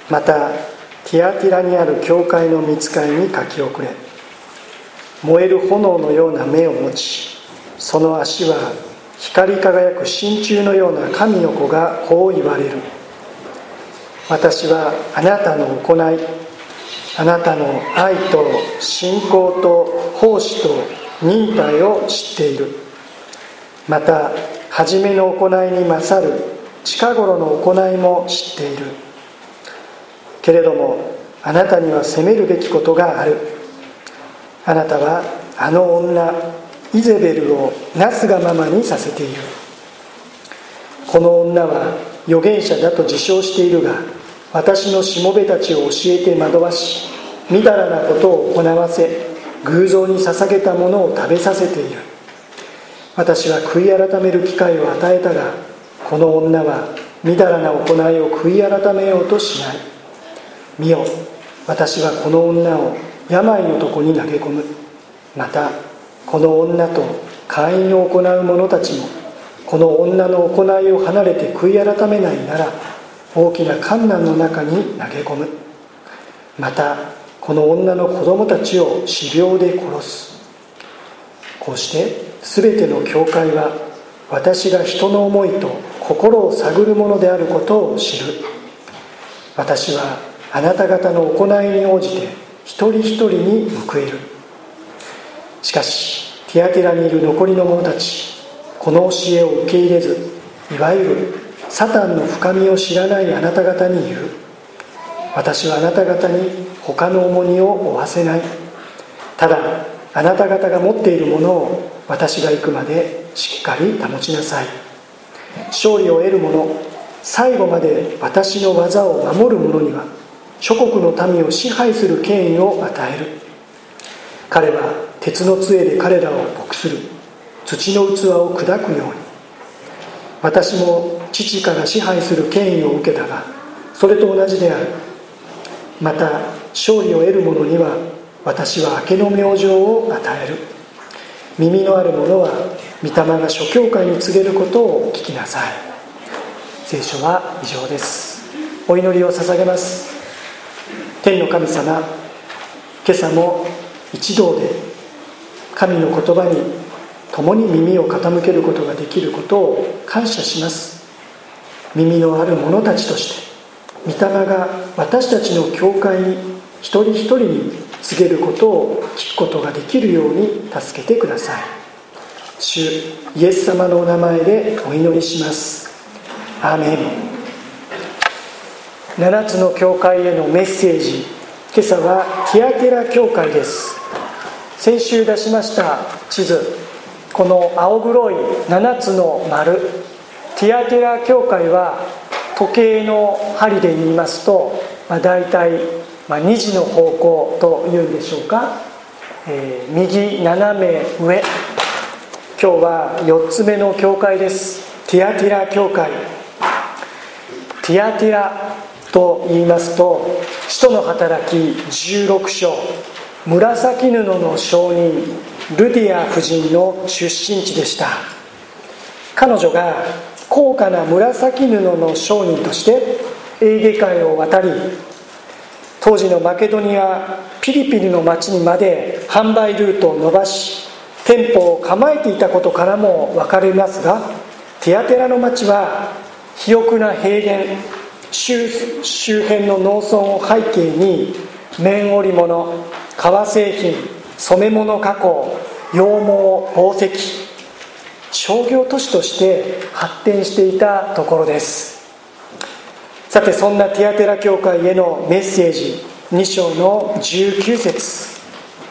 またティアティラにある教会の御使いに書き送れ。燃える炎のような目を持ち、その足は光り輝く真鍮のような神の子がこう言われる。私はあなたの行い、あなたの愛と信仰と奉仕と忍耐を知っている。また初めの行いに勝る近頃の行いも知っている。けれどもあなたには責めるべきことがある。あなたはあの女イゼベルをなすがままにさせている。この女は預言者だと自称しているが、私のしもべたちを教えて惑わし、みだらなことを行わせ、偶像に捧げたものを食べさせている。私は悔い改める機会を与えたが、この女はみだらな行いを悔い改めようとしない。見よ、私はこの女を病のとこに投げ込む。またこの女と会員を行う者たちも、この女の行いを離れて悔い改めないなら、大きな患難の中に投げ込む。またこの女の子供たちを死病で殺す。こうして全ての教会は私が人の思いと心を探るものであることを知る。私はあなた方の行いに応じて一人一人に報える。しかしティアティラにいる残りの者たち、この教えを受け入れず、いわゆるサタンの深みを知らないあなた方に言う。私はあなた方に他の重荷を負わせない。ただあなた方が持っているものを私が行くまでしっかり保ちなさい。勝利を得る者、最後まで私の技を守る者には諸国の民を支配する権威を与える。彼は鉄の杖で彼らを牧する。土の器を砕くように。私も父から支配する権威を受けたが、それと同じである。また勝利を得る者には私は明けの明星を与える。耳のある者は御霊が諸教会に告げることを聞きなさい。聖書は以上です。お祈りを捧げます。天の神様、今朝も一同で神の言葉に共に耳を傾けることができることを感謝します。耳のある者たちとして御霊が私たちの教会に一人一人に告げることを聞くことができるように助けてください。主イエス様のお名前でお祈りします。アーメン。7つの教会へのメッセージ、今朝はティアティラ教会です。先週出しました地図、この青黒い7つの丸、ティアティラ教会は時計の針で言いますと、だいたい2時の方向というんでしょうか、右斜め上。今日は4つ目の教会です。ティアティラ教会。ティアティラと言いますと、使徒の働き16章、紫布の商人ルディア夫人の出身地でした。彼女が高価な紫布の商人としてエーゲ海を渡り、当時のマケドニアピリピリの町にまで販売ルートを伸ばし、店舗を構えていたことからも分かりますが、ティアテラの町は肥沃な平原、周辺の農村を背景に綿織物、革製品、染め物加工、羊毛、紡績、商業都市として発展していたところです。さて、そんなティアテラ教会へのメッセージ、2章の19節。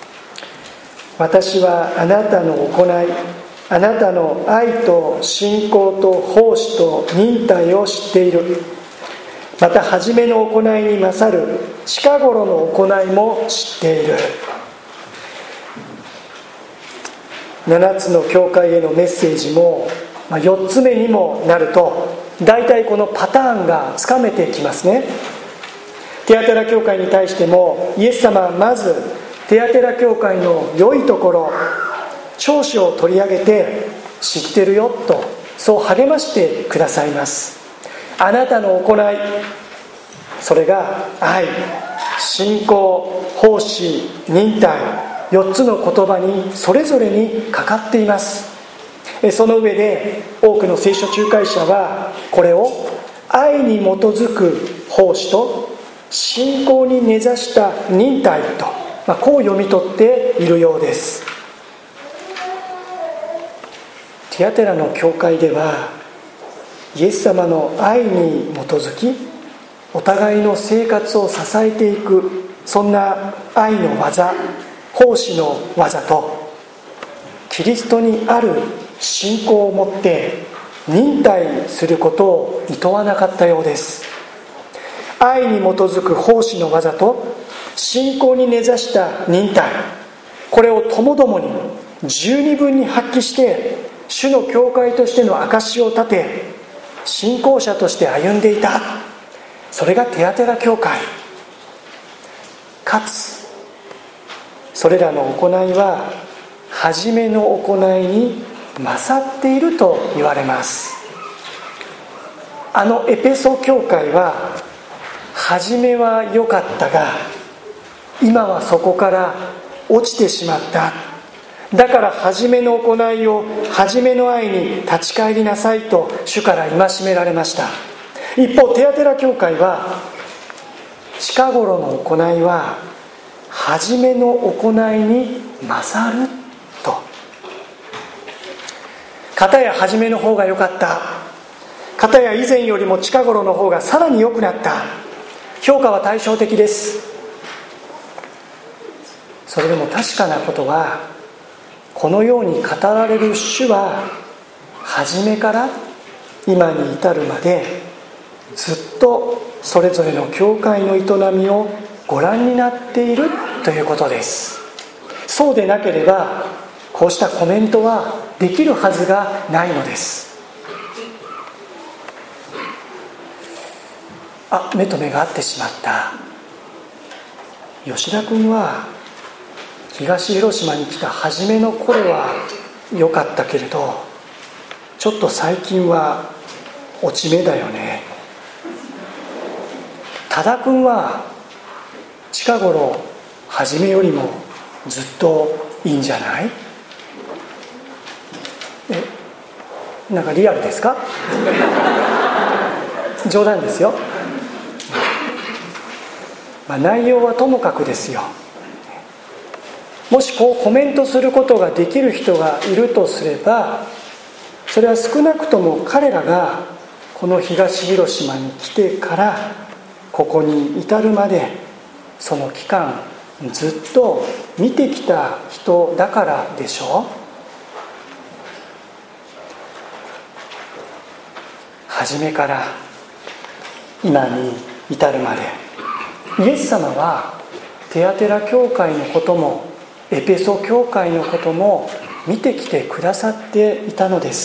私はあなたの行い、あなたの愛と信仰と奉仕と忍耐を知っている。また初めの行いに勝る近頃の行いも知っている。7つの教会へのメッセージも4つ目にもなると、大体このパターンがつかめてきますね。ティアテラ教会に対してもイエス様はまずティアテラ教会の良いところ、長所を取り上げて、知ってるよとそう励ましてくださいます。あなたの行い、 それが愛、信仰、奉仕、忍耐、4つの言葉にそれぞれにかかっています。その上で多くの聖書仲介者はこれを愛に基づく奉仕と信仰に根ざした忍耐と、こう読み取っているようです。ティアテラの教会ではイエス様の愛に基づきお互いの生活を支えていく、そんな愛の技、奉仕の技とキリストにある信仰を持って忍耐することを厭わなかったようです。愛に基づく奉仕の技と信仰に根ざした忍耐、これをともどもに十二分に発揮して主の教会としての証を立て信仰者として歩んでいた。それがテアテラ教会。かつそれらの行いは初めの行いに勝っていると言われます。エペソ教会は初めは良かったが今はそこから落ちてしまった。だから初めの行いを初めの愛に立ち返りなさいと主から戒められました。一方テアテラ教会は近頃の行いは初めの行いに勝ると、片や初めの方が良かった、片や以前よりも近頃の方がさらに良くなった、評価は対照的です。それでも確かなことは、このように語られる主は初めから今に至るまでずっとそれぞれの教会の営みをご覧になっているということです。そうでなければこうしたコメントはできるはずがないのです。目と目が合ってしまった。吉田君は東広島に来た初めの頃は良かったけれど、ちょっと最近は落ち目だよね。多田君は近頃初めよりもずっといいんじゃない？なんかリアルですか？冗談ですよ。内容はともかくですよ。もしこうコメントすることができる人がいるとすれば、それは少なくとも彼らがこの東広島に来てからここに至るまでその期間ずっと見てきた人だからでしょう。初めから今に至るまでイエス様はテアテラ教会のこともエペソ教会のことも見てきてくださっていたのです。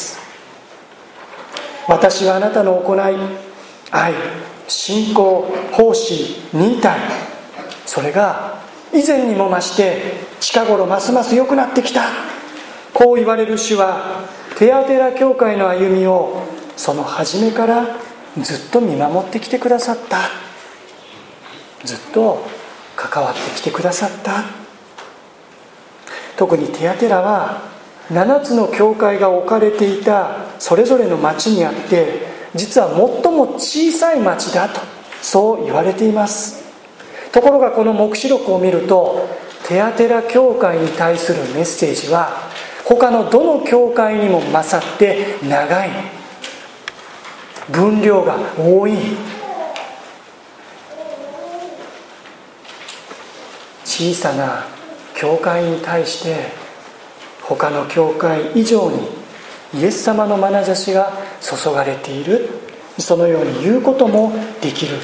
私はあなたの行い、愛、信仰、奉仕、忍耐、それが以前にも増して近頃ますます良くなってきた、こう言われる主はテアテラ教会の歩みをその初めからずっと見守ってきてくださった、ずっと関わってきてくださった。特にテアテラは7つの教会が置かれていたそれぞれの町にあって、実は最も小さい町だとそう言われています。ところがこの黙示録を見ると、テアテラ教会に対するメッセージは他のどの教会にも勝って長い、分量が多い。小さな教会に対して他の教会以上にイエス様の眼差しが注がれている、そのように言うこともできる。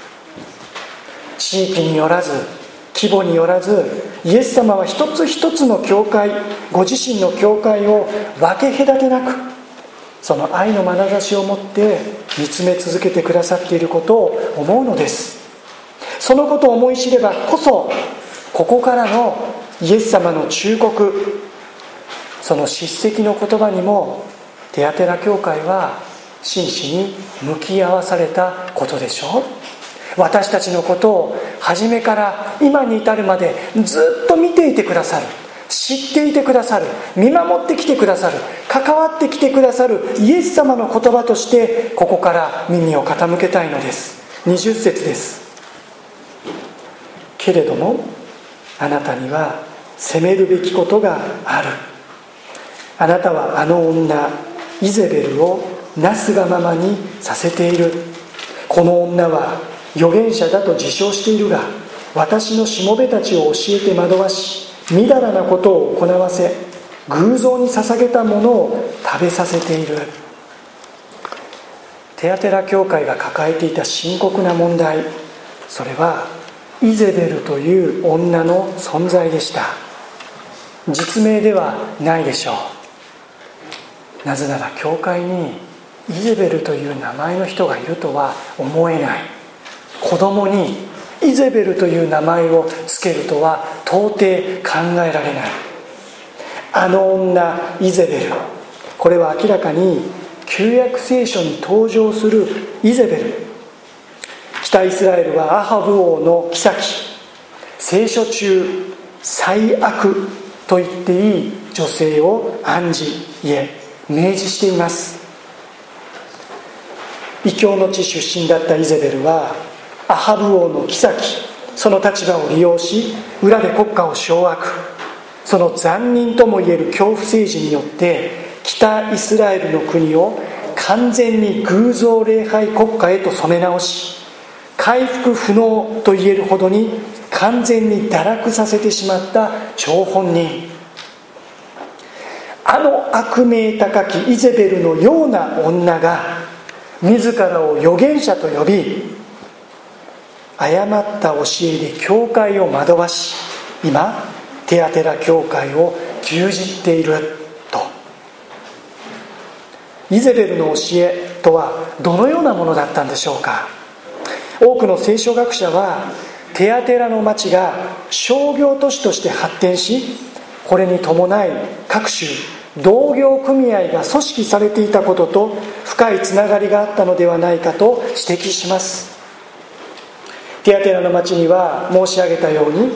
地域によらず規模によらず、イエス様は一つ一つの教会、ご自身の教会を分け隔てなくその愛の眼差しを持って見つめ続けてくださっていることを思うのです。そのことを思い知ればこそ、ここからのイエス様の忠告、その叱責の言葉にもテアテラ教会は真摯に向き合わされたことでしょう。 私たちのことを初めから今に至るまでずっと見ていてくださる、知っていてくださる、見守ってきてくださる、関わってきてくださるイエス様の言葉としてここから耳を傾けたいのです。20節です。けれどもあなたには責めるべきことがある。あなたはあの女イゼベルをなすがままにさせている。この女は預言者だと自称しているが、私のしもべたちを教えて惑わし、みだらなことを行わせ、偶像に捧げたものを食べさせている。テアテラ教会が抱えていた深刻な問題、それはイゼベルという女の存在でした。実名ではないでしょう。なぜなら教会にイゼベルという名前の人がいるとは思えない。子供にイゼベルという名前をつけるとは到底考えられない。あの女イゼベル、これは明らかに旧約聖書に登場するイゼベル。北イスラエルはアハブ王の妃、聖書中最悪と言っていい女性を暗示、いえ明示しています。異教の地出身だったイゼベルはアハブ王の妃、その立場を利用し裏で国家を掌握。その残忍ともいえる恐怖政治によって北イスラエルの国を完全に偶像礼拝国家へと染め直し、回復不能と言えるほどに完全に堕落させてしまった張本人。あの悪名高きイゼベルのような女が自らを預言者と呼び、誤った教えで教会を惑わし、今テアテラ教会を牛耳っていると。イゼベルの教えとはどのようなものだったんでしょうか。多くの聖書学者はテアテラの町が商業都市として発展し、これに伴い各種同業組合が組織されていたことと深いつながりがあったのではないかと指摘します。テアテラの町には申し上げたように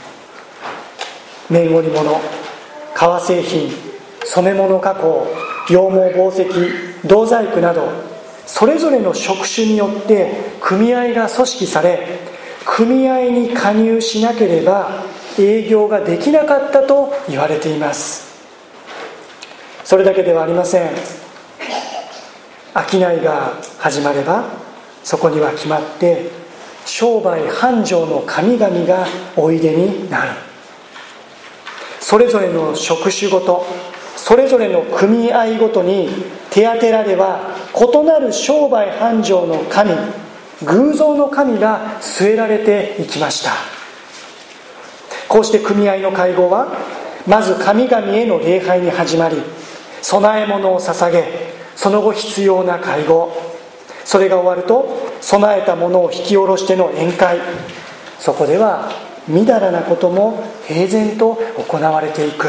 綿織物、革製品、染め物加工、羊毛紡績、銅細工などそれぞれの職種によって組合が組織され、組合に加入しなければ営業ができなかったと言われています。それだけではありません。商いが始まればそこには決まって商売繁盛の神々がおいでになる。それぞれの職種ごと、それぞれの組合ごとにテアテラでは異なる商売繁盛の神、偶像の神が据えられていきました。こうして組合の会合はまず神々への礼拝に始まり、供え物を捧げ、その後必要な会合、それが終わると供えたものを引き下ろしての宴会、そこではみだらなことも平然と行われていく。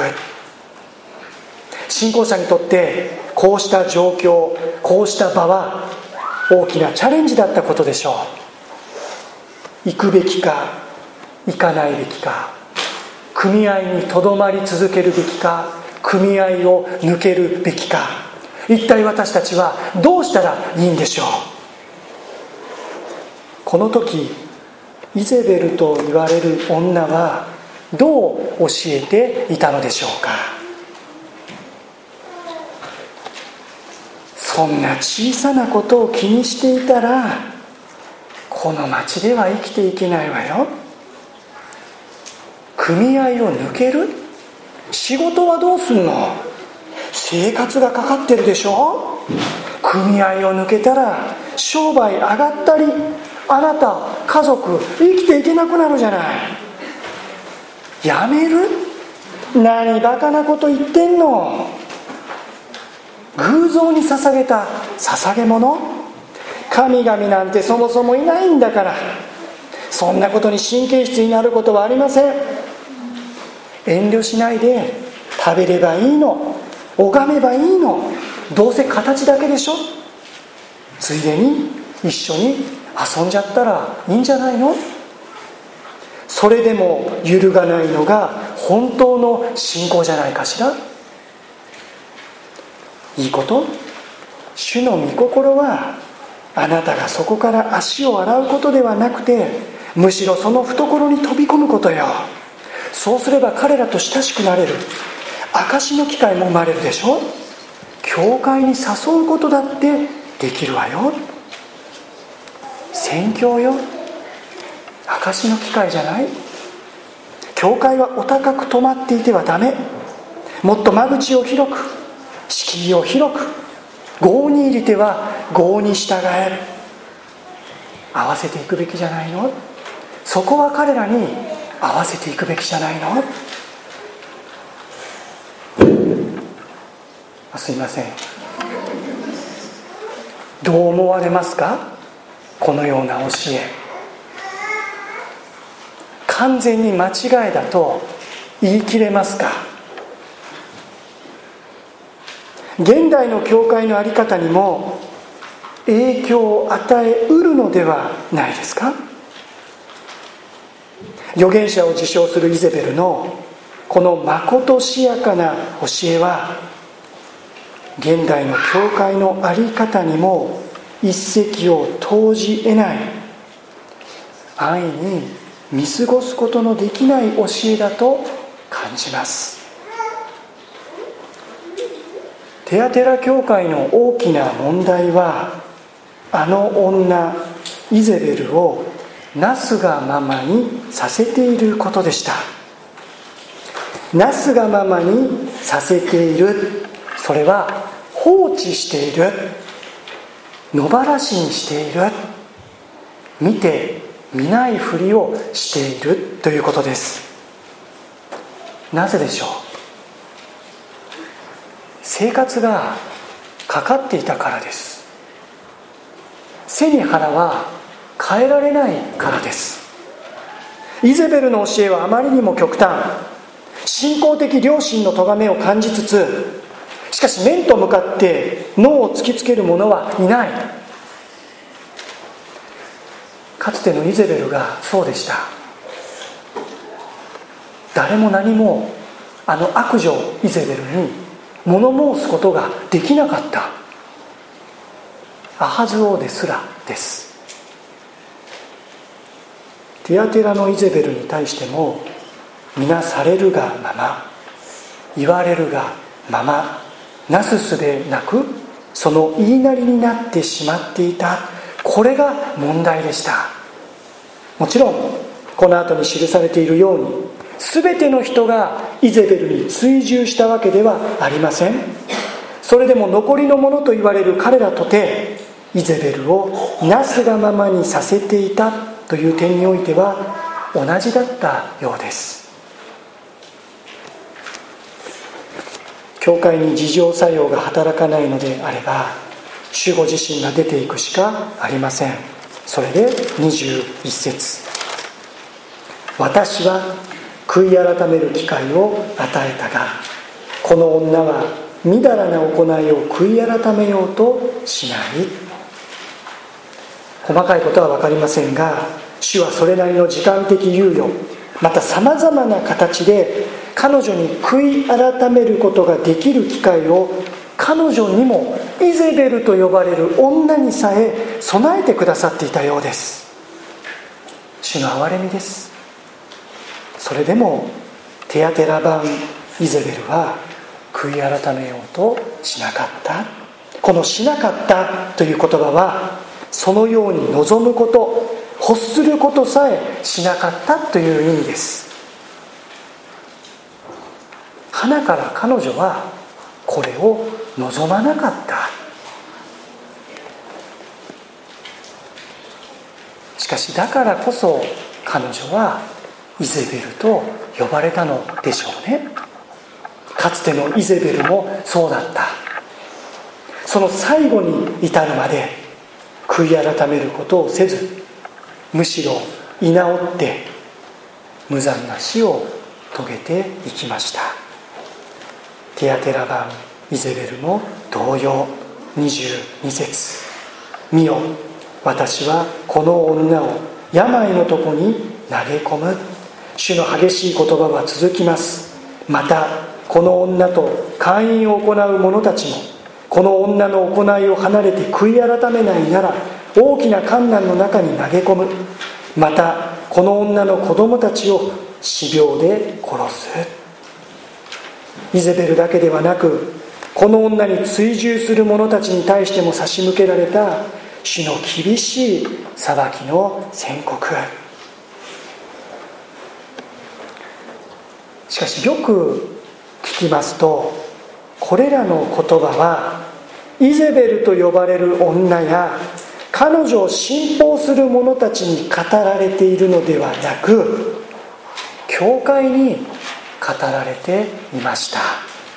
信仰者にとってこうした状況、こうした場は大きなチャレンジだったことでしょう。行くべきか行かないべきか、組合にとどまり続けるべきか、組合を抜けるべきか、一体私たちはどうしたらいいんでしょう。この時イゼベルと言われる女はどう教えていたのでしょうか。そんな小さなことを気にしていたらこの町では生きていけないわよ。組合を抜ける？仕事はどうすんの？生活がかかってるでしょ。組合を抜けたら商売上がったり、あなた家族生きていけなくなるじゃない。やめる？何バカなこと言ってんの。偶像に捧げた捧げ物、神々なんてそもそもいないんだから、そんなことに神経質になることはありません。遠慮しないで食べればいいの、拝めばいいの、どうせ形だけでしょ。ついでに一緒に遊んじゃったらいいんじゃないの？それでも揺るがないのが本当の信仰じゃないかしら。いいこと？主の御心はあなたがそこから足を洗うことではなくて、むしろその懐に飛び込むことよ。そうすれば彼らと親しくなれる。証の機会も生まれるでしょ。教会に誘うことだってできるわよ。宣教よ。証の機会じゃない。教会はお高く止まっていてはダメ。もっと間口を広く、敷居を広く、業に入りては業に従える。合わせていくべきじゃないの？そこは彼らに合わせていくべきじゃないの？すいません。どう思われますか？このような教え。完全に間違いだと言い切れますか？現代の教会の在り方にも影響を与えうるのではないですか？預言者を自称するイゼベルのこのまことしやかな教えは、現代の教会の在り方にも一石を投じ得ない、安易に見過ごすことのできない教えだと感じます。テアテラ教会の大きな問題は、あの女イゼベルをなすがままにさせていることでした。なすがままにさせている、それは放置している、野放しにしている、見て見ないふりをしているということです。なぜでしょう？生活がかかっていたからです。背に腹は変えられないからです。イゼベルの教えはあまりにも極端。信仰的良心の咎めを感じつつ、しかし面と向かって脳を突きつける者はいない。かつてのイゼベルがそうでした。誰も何もあの悪女イゼベルに物申すことができなかった。アハズ王ですらです。テアテラのイゼベルに対しても、皆されるがまま、言われるがまま、なすすべなくその言いなりになってしまっていた。これが問題でした。もちろんこの後に記されているように、全ての人がイゼベルに追従したわけではありません。それでも残りのものと言われる彼らとて、イゼベルをなすがままにさせていたという点においては同じだったようです。教会に自浄作用が働かないのであれば、主ご自身が出ていくしかありません。それで21節、私は悔い改める機会を与えたが、この女はみだらな行いを悔い改めようとしない。細かいことは分かりませんが、主はそれなりの時間的猶予、またさまざまな形で彼女に悔い改めることができる機会を、彼女にもイゼベルと呼ばれる女にさえ備えてくださっていたようです。主の憐れみです。それでもテアテラ版イゼベルは悔い改めようとしなかった。このしなかったという言葉は、そのように望むこと、欲することさえしなかったという意味です。花から彼女はこれを望まなかった。しかしだからこそ彼女はイゼベルと呼ばれたのでしょうね。かつてのイゼベルもそうだった。その最後に至るまで悔い改めることをせず、むしろ居直って無残な死を遂げていきました。テアテラ版イゼベルも同様、22節、見よ、 私はこの女を病のとこに投げ込む。主の激しい言葉は続きます。またこの女と姦淫を行う者たちも、この女の行いを離れて悔い改めないなら大きな患難の中に投げ込む。またこの女の子供たちを死病で殺す。イゼベルだけではなく、この女に追従する者たちに対しても差し向けられた主の厳しい裁きの宣告。しかしよく聞きますと、これらの言葉はイゼベルと呼ばれる女や彼女を信奉する者たちに語られているのではなく、教会に語られていました。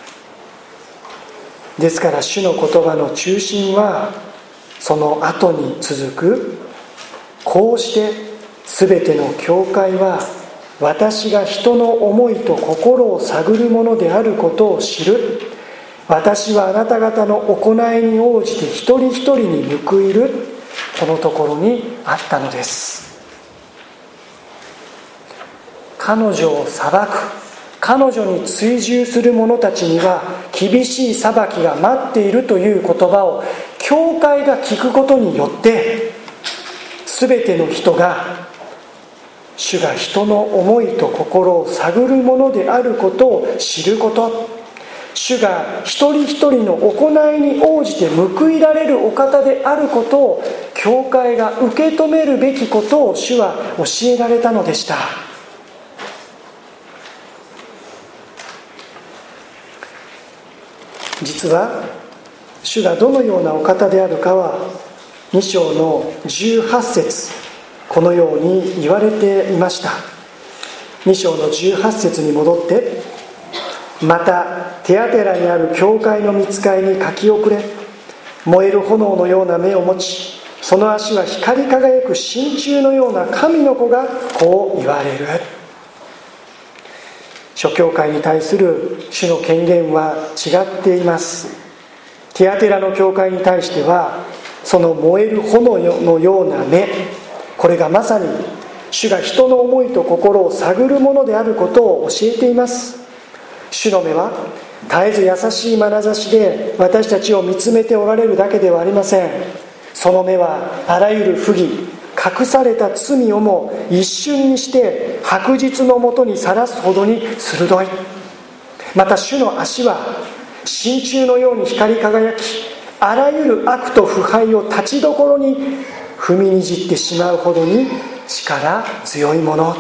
ですから主の言葉の中心はその後に続く、こうして全ての教会は私が人の思いと心を探るものであることを知る。私はあなた方の行いに応じて一人一人に報いる。このところにあったのです。彼女を裁く、彼女に追従する者たちには厳しい裁きが待っているという言葉を教会が聞くことによって、全ての人が主が人の思いと心を探るものであることを知ること、主が一人一人の行いに応じて報いられるお方であることを教会が受け止めるべきことを主は教えられたのでした。実は主がどのようなお方であるかは2章の18節、このように言われていました。2章の18節に戻って、またテアテラにある教会の御使いに書き遅れ、燃える炎のような目を持ち、その足は光り輝く真鍮のような神の子がこう言われる。諸教会に対する主の権限は違っています。テアテラの教会に対しては、その燃える炎のような目、これがまさに主が人の思いと心を探るものであることを教えています。主の目は絶えず優しい眼差しで私たちを見つめておられるだけではありません。その目はあらゆる不義、隠された罪をも一瞬にして白日のもとにさらすほどに鋭い。また主の足は真鍮のように光り輝き、あらゆる悪と腐敗を立ちどころに踏みにじってしまうほどに力強いもの。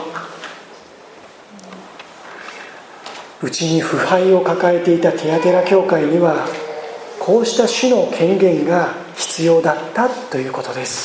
うちに腐敗を抱えていたテアテラ教会には、こうした主の権限が必要だったということです。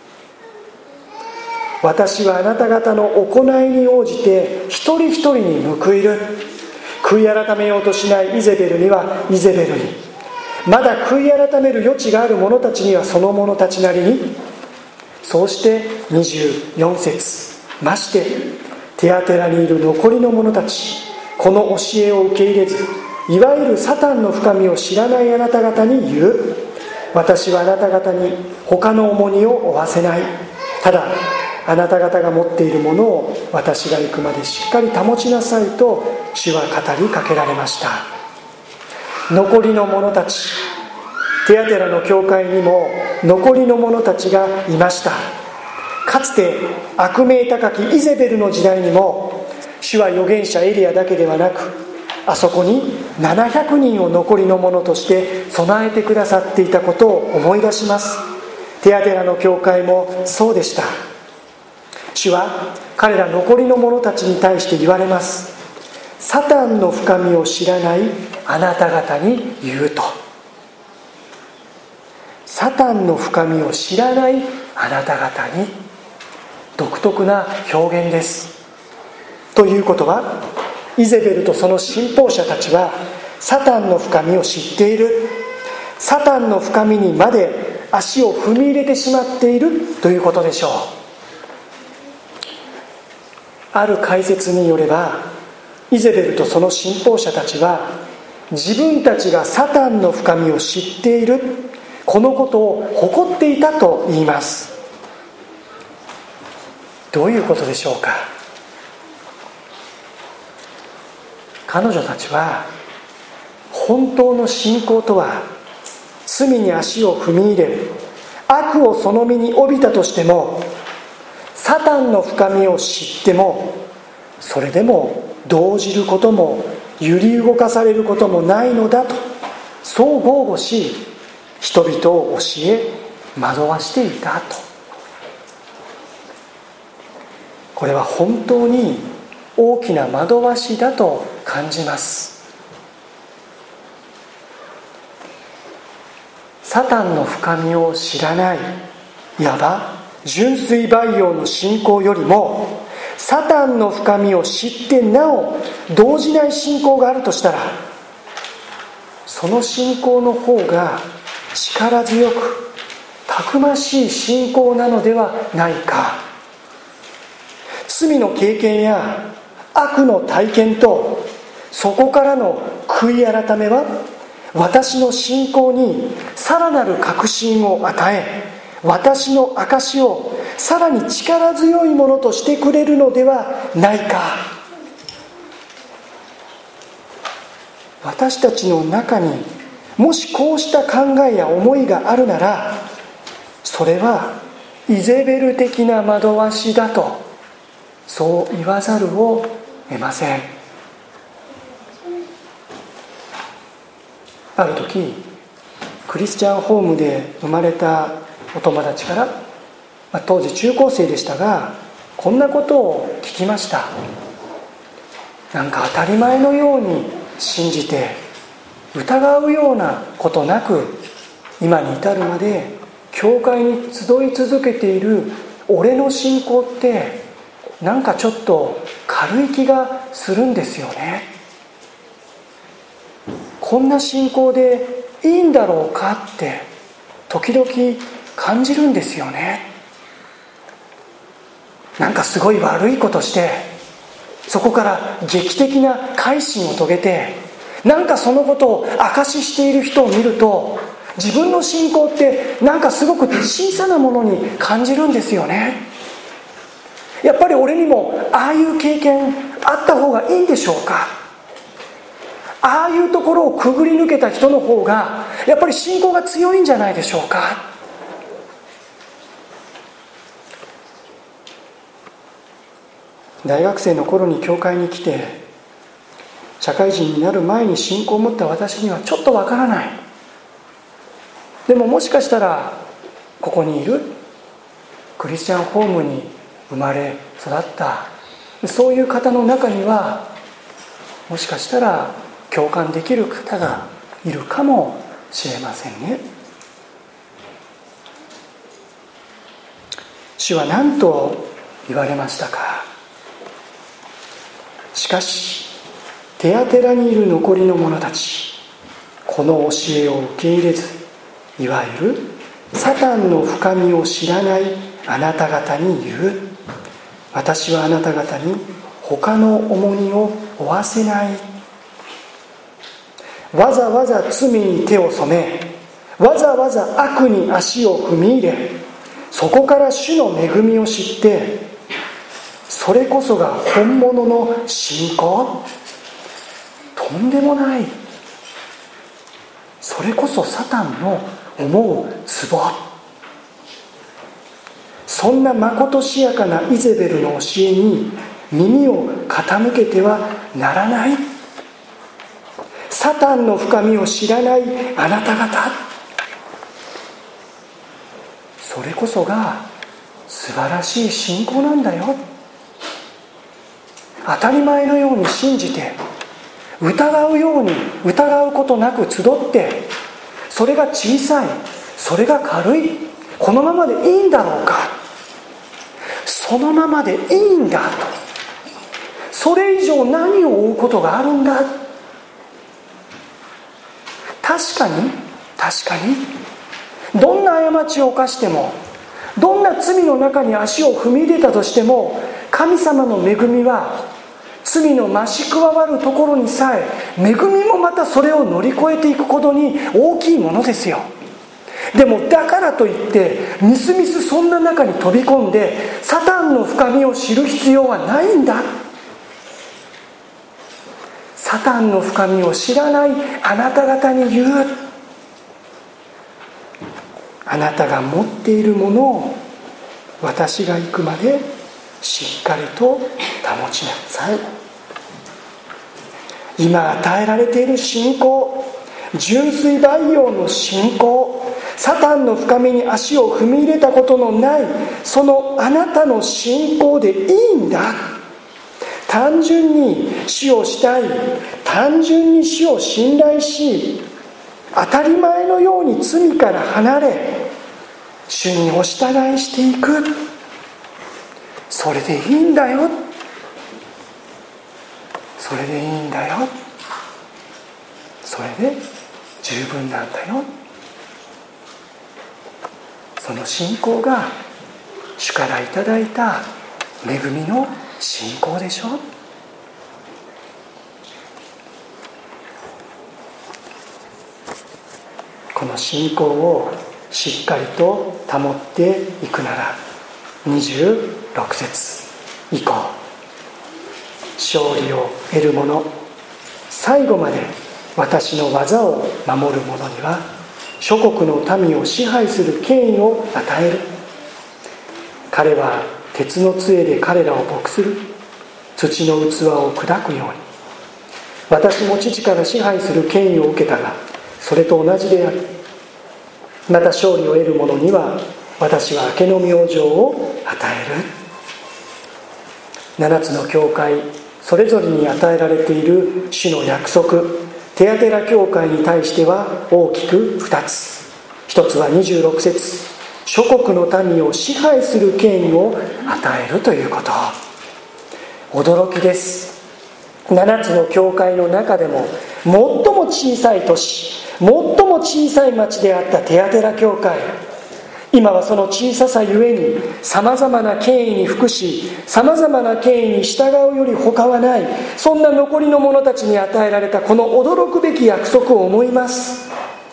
私はあなた方の行いに応じて一人一人に報いる。悔い改めようとしないイゼベルにはイゼベルに、まだ悔い改める余地がある者たちにはその者たちなりに。そうして24節、ましてテアテラにいる残りの者たち、この教えを受け入れず、いわゆるサタンの深みを知らないあなた方に言う。私はあなた方に他の重荷を負わせない。ただあなた方が持っているものを私が行くまでしっかり保ちなさいと主は語りかけられました。残りの者たち、テアテラの教会にも残りの者たちがいました。かつて悪名高きイゼベルの時代にも、主は預言者エリアだけではなく、あそこに700人を残りの者として備えてくださっていたことを思い出します。テアテラの教会もそうでした。主は彼ら残りの者たちに対して言われます。サタンの深みを知らないあなた方に言うと。サタンの深みを知らないあなた方に、独特な表現です。ということは、イゼベルとその信奉者たちはサタンの深みを知っている。サタンの深みにまで足を踏み入れてしまっているということでしょう。ある解説によれば、イゼベルとその信奉者たちは自分たちがサタンの深みを知っている、 このことを誇っていたと言います。どういうことでしょうか。彼女たちは本当の信仰とは、罪に足を踏み入れる、悪をその身に帯びたとしても、サタンの深みを知っても、それでも動じることも揺り動かされることもないのだと、そう豪語し、人々を教え惑わしていたと。これは本当に大きな惑わしだと感じます。サタンの深みを知らない、いわば純粋培養の信仰よりも、サタンの深みを知ってなお動じない信仰があるとしたら、その信仰の方が力強くたくましい信仰なのではないか。罪の経験や悪の体験と、そこからの悔い改めは、私の信仰にさらなる確信を与え、私の証をさらに力強いものとしてくれるのではないか。私たちの中にもしこうした考えや思いがあるなら、それはイゼベル的な惑わしだと、そう言わざるを得ません。ある時、クリスチャンホームで生まれたお友達から、当時中高生でしたが、こんなことを聞きました。なんか当たり前のように信じて、疑うようなことなく今に至るまで教会に集い続けている俺の信仰って、なんかちょっと軽い気がするんですよね。こんな信仰でいいんだろうかって時々感じるんですよね。なんかすごい悪いことして、そこから劇的な改心を遂げて、なんかそのことを証ししている人を見ると、自分の信仰ってなんかすごく小さなものに感じるんですよね。やっぱり俺にもああいう経験あった方がいいんでしょうか。ああいうところをくぐり抜けた人の方がやっぱり信仰が強いんじゃないでしょうか。大学生の頃に教会に来て、社会人になる前に信仰を持った私にはちょっとわからない。でももしかしたらここにいるクリスチャンホームに生まれ育ったそういう方の中には、もしかしたら共感できる方がいるかもしれませんね。主は何と言われましたか。しかしテアテラにいる残りの者たち、この教えを受け入れず、いわゆるサタンの深みを知らないあなた方に言う。私はあなた方に他の重荷を負わせない。わざわざ罪に手を染め、わざわざ悪に足を踏み入れ、そこから主の恵みを知って、それこそが本物の信仰。とんでもない。それこそサタンの思うツボ。そんなまことしやかなイゼベルの教えに耳を傾けてはならない。サタンの深みを知らないあなた方、それこそが素晴らしい信仰なんだよ。当たり前のように信じて、疑うように疑うことなく集って、それが小さい、それが軽い、このままでいいんだろうか、そのままでいいんだと、それ以上何を追うことがあるんだ。確かにどんな過ちを犯しても、どんな罪の中に足を踏み入れたとしても、神様の恵みは罪の増し加わるところにさえ、恵みもまたそれを乗り越えていくことに大きいものですよ。 でもだからといってみすみすそんな中に飛び込んでサタンの深みを知る必要はないんだ。サタンの深みを知らないあなた方に言う。あなたが持っているものを私が行くまでしっかりと保ちなさい。今与えられている信仰、純粋培養の信仰、サタンの深みに足を踏み入れたことのないそのあなたの信仰でいいんだ。単純に主をしたい、単純に主を信頼し、当たり前のように罪から離れ主にお従いしていく、それでいいんだよ。それでいいんだよ。それで十分なんだよ。その信仰が主からいただいた恵みの信仰でしょ。この信仰をしっかりと保っていくなら、26節以降、勝利を得る者、最後まで私の技を守る者には諸国の民を支配する権威を与える。彼は鉄の杖で彼らを牧する。土の器を砕くように。私も父から支配する権威を受けたが、それと同じである。また勝利を得る者には私は明けの明星を与える。7つの教会それぞれに与えられている主の約束、テアテラ教会に対しては大きく2つ。1つは26節、諸国の民を支配する権威を与えるということ。驚きです。7つの教会の中でも最も小さい都市、最も小さい町であったテアテラ教会、今はその小ささゆえにさまざまな権威に服し、さまざまな権威に従うより他はない、そんな残りの者たちに与えられたこの驚くべき約束を思います。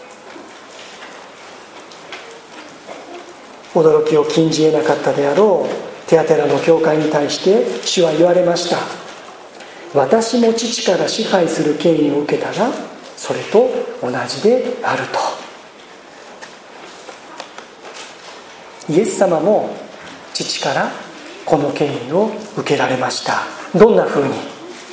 驚きを禁じ得なかったであろうテアテラの教会に対して主は言われました。私も父から支配する権威を受けたが、それと同じであると。イエス様も父からこの権威を受けられました。どんなふうに？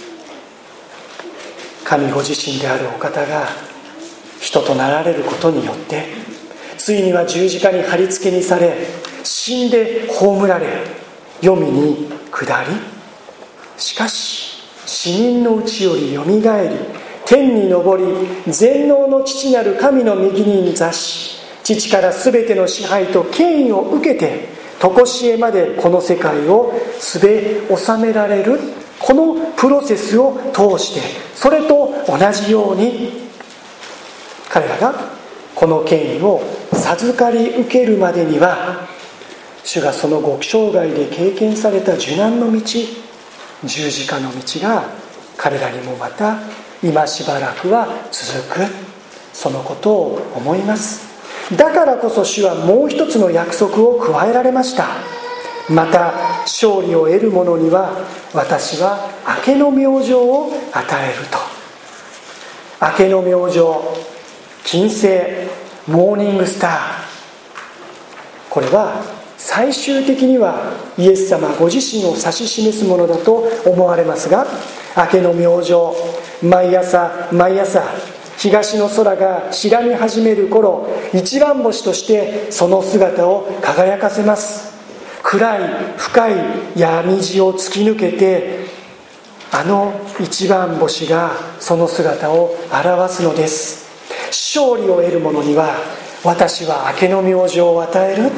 神ご自身であるお方が人となられることによって、ついには十字架に貼り付けにされ、死んで葬られ、黄泉に下り、しかし死人のうちよりよみがえり、天に昇り、全能の父なる神の右に座し、父からすべての支配と権威を受けて、常しえまでこの世界をすべ収められる、このプロセスを通して、それと同じように彼らがこの権威を授かり受けるまでには、主がそのご生涯で経験された受難の道、十字架の道が彼らにもまた今しばらくは続く、そのことを思います。だからこそ主はもう一つの約束を加えられました。また勝利を得る者には私は明けの明星を与えると。明けの明星、金星、モーニングスター、これは最終的にはイエス様ご自身を指し示すものだと思われますが、明けの明星、毎朝毎朝東の空が白み始める頃、一番星としてその姿を輝かせます。暗い深い闇路を突き抜けて、あの一番星がその姿を表すのです。勝利を得る者には私は明けの明星を与える。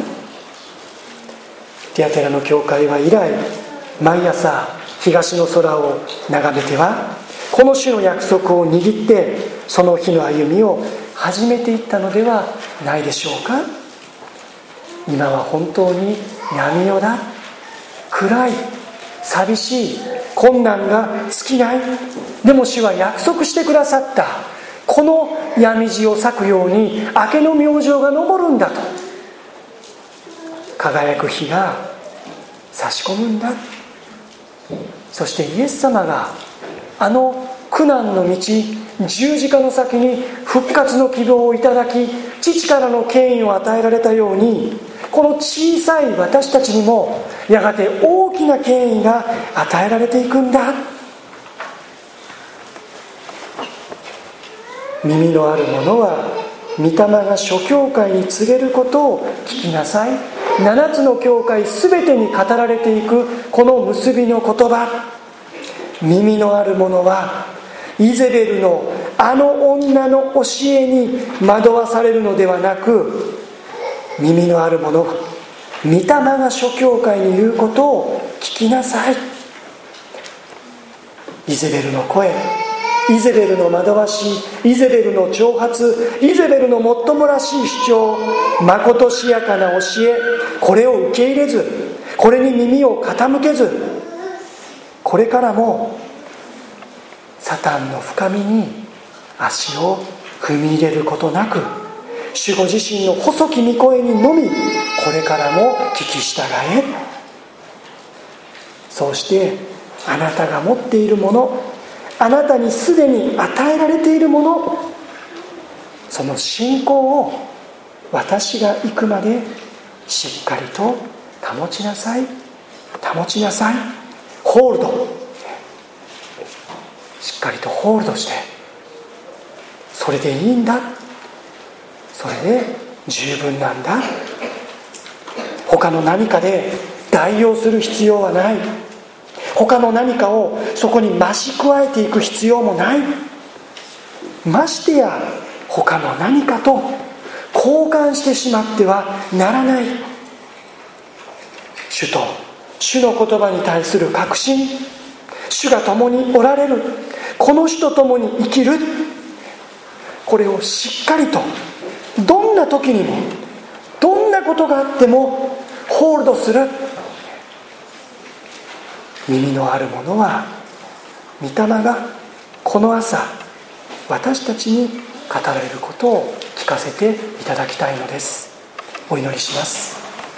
テアテラの教会は以来、毎朝東の空を眺めてはこの種の約束を握って、その日の歩みを始めていったのではないでしょうか。今は本当に闇夜だ、暗い、寂しい、困難が尽きない。でも主は約束してくださった。 この闇路を裂くように明けの明星が昇るんだと、輝く日が差し込むんだ。そしてイエス様があの苦難の道、十字架の先に復活の希望をいただき、父からの権威を与えられたように、この小さい私たちにもやがて大きな権威が与えられていくんだ。耳のある者は御霊が諸教会に告げることを聞きなさい。7つの教会すべてに語られていくこの結びの言葉、耳のある者はイゼベルのあの女の教えに惑わされるのではなく、耳のある者は御霊が諸教会に言うことを聞きなさい。イゼベルの声、イゼベルの惑わし、イゼベルの挑発、イゼベルのもっともらしい主張、まことしやかな教え、これを受け入れず、これに耳を傾けず、これからもサタンの深みに足を踏み入れることなく、主ご自身の細き御声にのみこれからも聞き従え。そうしてあなたが持っているもの、あなたにすでに与えられているもの、その信仰を私が行くまでしっかりと保ちなさい。保ちなさい。ホールド、しっかりとホールドして、それでいいんだ、それで十分なんだ。他の何かで代用する必要はない。他の何かをそこに増し加えていく必要もない。ましてや他の何かと交換してしまってはならない。主と主の言葉に対する確信、主が共におられる、この主と共に生きる、これをしっかりとどんな時にもどんなことがあってもホールドする。耳のある者は御霊がこの朝私たちに語られることを聞かせていただきたいのです。お祈りします。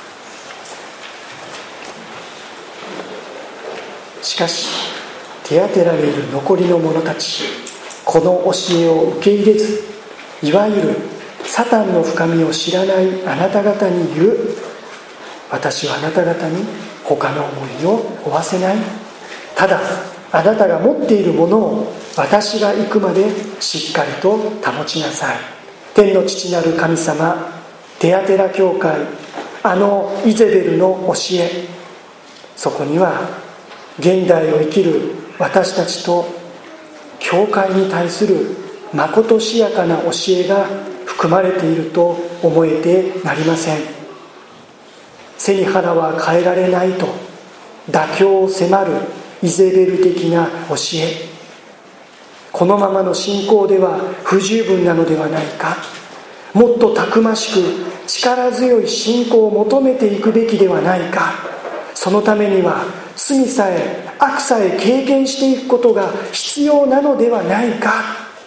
しかし手当てられる残りの者たち、この教えを受け入れず、いわゆるサタンの深みを知らないあなた方に言う。私はあなた方に他の思いを負わせない。ただあなたが持っているものを私が行くまでしっかりと保ちなさい。天の父なる神様、テアテラ教会、あのイゼベルの教え、そこには現代を生きる私たちと教会に対するまことしやかな教えが含まれていると思えてなりません。背に腹は変えられないと妥協を迫るイゼベル的な教え、このままの信仰では不十分なのではないか、もっとたくましく力強い信仰を求めていくべきではないか、そのためには罪さえ悪さえ経験していくことが必要なのではないか。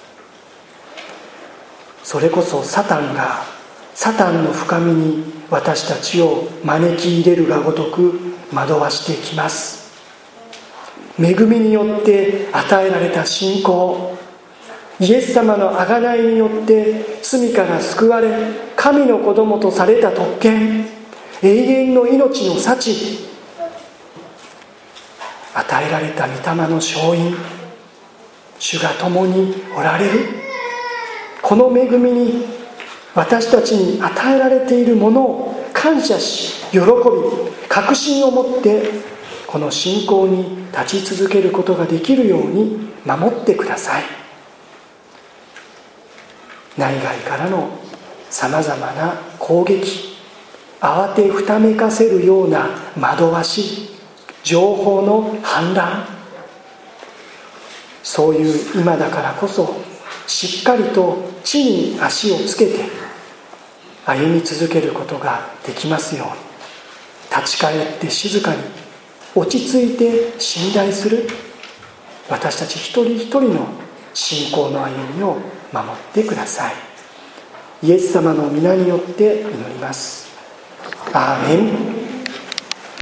それこそサタンがサタンの深みに私たちを招き入れるがごとく惑わしてきます。恵みによって与えられた信仰、イエス様の贖いによって罪から救われ神の子供とされた特権、永遠の命の幸、与えられた御霊の勝因、主が共におられる、この恵みに私たちに与えられているものを感謝し、喜び、確信を持ってこの信仰に立ち続けることができるように守ってください。内外からのさまざまな攻撃、慌てふためかせるような惑わし、情報の氾濫、そういう今だからこそしっかりと地に足をつけて歩み続けることができますように、立ち返って静かに落ち着いて信頼する、私たち一人一人の信仰の歩みを守ってください。イエス様の皆によって祈ります。アーメン。